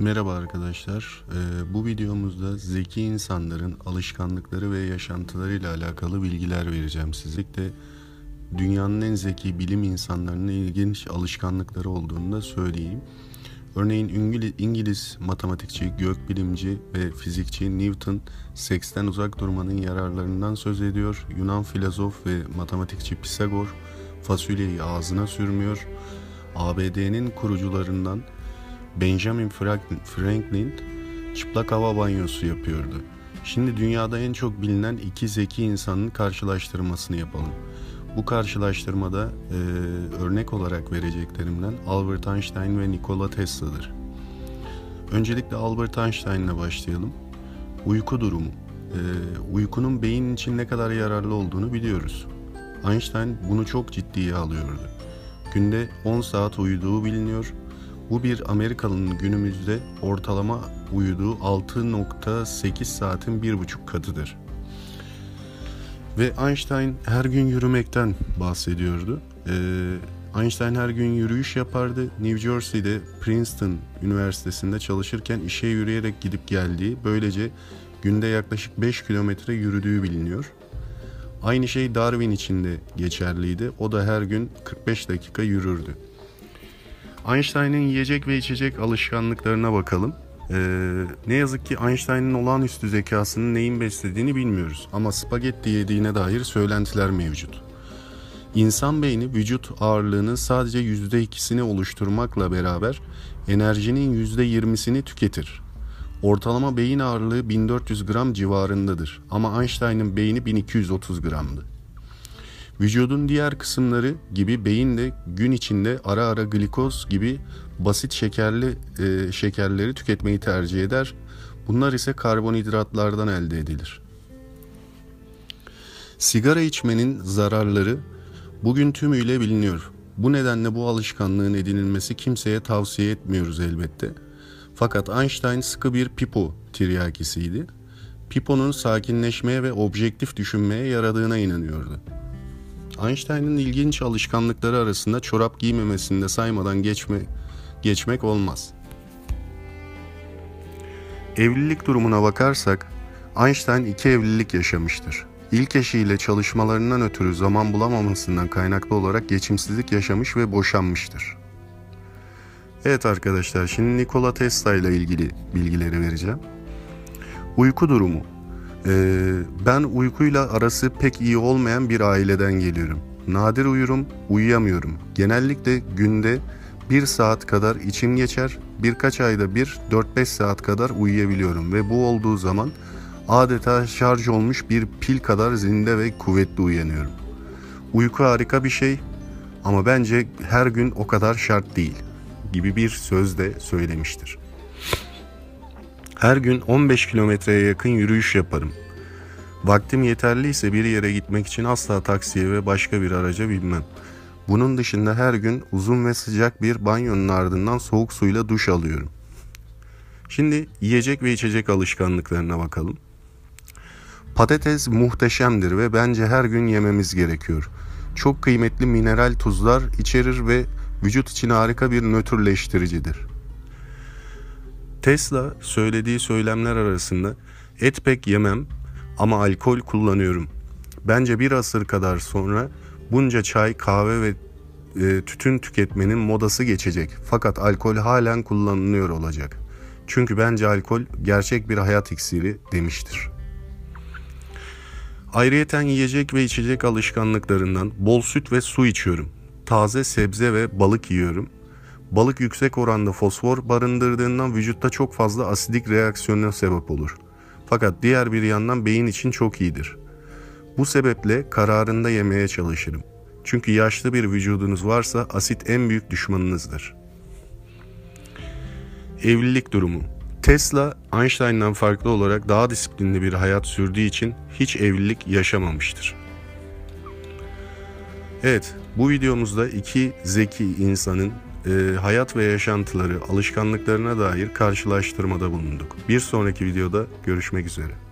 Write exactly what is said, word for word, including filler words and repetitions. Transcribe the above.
Merhaba arkadaşlar. Ee, bu videomuzda zeki insanların alışkanlıkları ve yaşantılarıyla alakalı bilgiler vereceğim size. De dünyanın en zeki bilim insanlarının ilginç alışkanlıkları olduğunu da söyleyeyim. Örneğin İngiliz, İngiliz matematikçi, gökbilimci ve fizikçi Newton seksten uzak durmanın yararlarından söz ediyor. Yunan filozof ve matematikçi Pisagor fasulyeyi ağzına sürmüyor. A B D'nin kurucularından Benjamin Franklin çıplak hava banyosu yapıyordu. Şimdi dünyada en çok bilinen iki zeki insanın karşılaştırmasını yapalım. Bu karşılaştırmada e, örnek olarak vereceklerimden Albert Einstein ve Nikola Tesla'dır. Öncelikle Albert Einstein'la başlayalım. Uyku durumu. E, uykunun beyin için ne kadar yararlı olduğunu biliyoruz. Einstein bunu çok ciddiye alıyordu. Günde on saat uyuduğu biliniyor. Bu bir Amerikalı'nın günümüzde ortalama uyuduğu altı nokta sekiz saatin bir buçuk katıdır. Ve Einstein her gün yürümekten bahsediyordu. Ee, Einstein her gün yürüyüş yapardı. New Jersey'de Princeton Üniversitesi'nde çalışırken işe yürüyerek gidip geldiği, böylece günde yaklaşık beş kilometre yürüdüğü biliniyor. Aynı şey Darwin için de geçerliydi. O da her gün kırk beş dakika yürürdü. Einstein'ın yiyecek ve içecek alışkanlıklarına bakalım. Ee, ne yazık ki Einstein'ın olağanüstü zekasının neyin beslediğini bilmiyoruz. Ama spagetti yediğine dair söylentiler mevcut. İnsan beyni vücut ağırlığının sadece yüzde ikisini oluşturmakla beraber enerjinin yüzde yirmisini tüketir. Ortalama beyin ağırlığı bin dört yüz gram civarındadır. Ama Einstein'ın beyni bin iki yüz otuz gramdı. Vücudun diğer kısımları gibi beyin de gün içinde ara ara glikoz gibi basit şekerli e, şekerleri tüketmeyi tercih eder. Bunlar ise karbonhidratlardan elde edilir. Sigara içmenin zararları bugün tümüyle biliniyor. Bu nedenle bu alışkanlığın edinilmesi kimseye tavsiye etmiyoruz elbette. Fakat Einstein sıkı bir pipo tiryakisiydi. Piponun sakinleşmeye ve objektif düşünmeye yaradığına inanıyordu. Einstein'ın ilginç alışkanlıkları arasında çorap giymemesini de saymadan geçme, geçmek olmaz. Evlilik durumuna bakarsak, Einstein iki evlilik yaşamıştır. İlk eşiyle çalışmalarından ötürü zaman bulamamasından kaynaklı olarak geçimsizlik yaşamış ve boşanmıştır. Evet arkadaşlar, şimdi Nikola Tesla ile ilgili bilgileri vereceğim. Uyku durumu. Ee, ben uykuyla arası pek iyi olmayan bir aileden geliyorum. Nadir uyurum, uyuyamıyorum. Genellikle günde bir saat kadar içim geçer, birkaç ayda bir dört beş saat kadar uyuyabiliyorum ve bu olduğu zaman adeta şarj olmuş bir pil kadar zinde ve kuvvetli uyanıyorum. Uyku harika bir şey ama bence her gün o kadar şart değil gibi bir söz de söylemiştir. Her gün on beş kilometreye yakın yürüyüş yaparım. Vaktim yeterliyse bir yere gitmek için asla taksiye ve başka bir araca binmem. Bunun dışında her gün uzun ve sıcak bir banyonun ardından soğuk suyla duş alıyorum. Şimdi yiyecek ve içecek alışkanlıklarına bakalım. Patates muhteşemdir ve bence her gün yememiz gerekiyor. Çok kıymetli mineral tuzlar içerir ve vücut için harika bir nötrleştiricidir. Tesla söylediği söylemler arasında et pek yemem ama alkol kullanıyorum. Bence bir asır kadar sonra bunca çay, kahve ve e, tütün tüketmenin modası geçecek. Fakat alkol halen kullanılıyor olacak. Çünkü bence alkol gerçek bir hayat iksiri demiştir. Ayrıyeten yiyecek ve içecek alışkanlıklarından bol süt ve su içiyorum. Taze sebze ve balık yiyorum. Balık yüksek oranda fosfor barındırdığından vücutta çok fazla asidik reaksiyona sebep olur. Fakat diğer bir yandan beyin için çok iyidir. Bu sebeple kararında yemeye çalışırım. Çünkü yaşlı bir vücudunuz varsa asit en büyük düşmanınızdır. Evlilik durumu. Tesla, Einstein'dan farklı olarak daha disiplinli bir hayat sürdüğü için hiç evlilik yaşamamıştır. Evet, bu videomuzda iki zeki insanın e, hayat ve yaşantıları, alışkanlıklarına dair karşılaştırmada bulunduk. Bir sonraki videoda görüşmek üzere.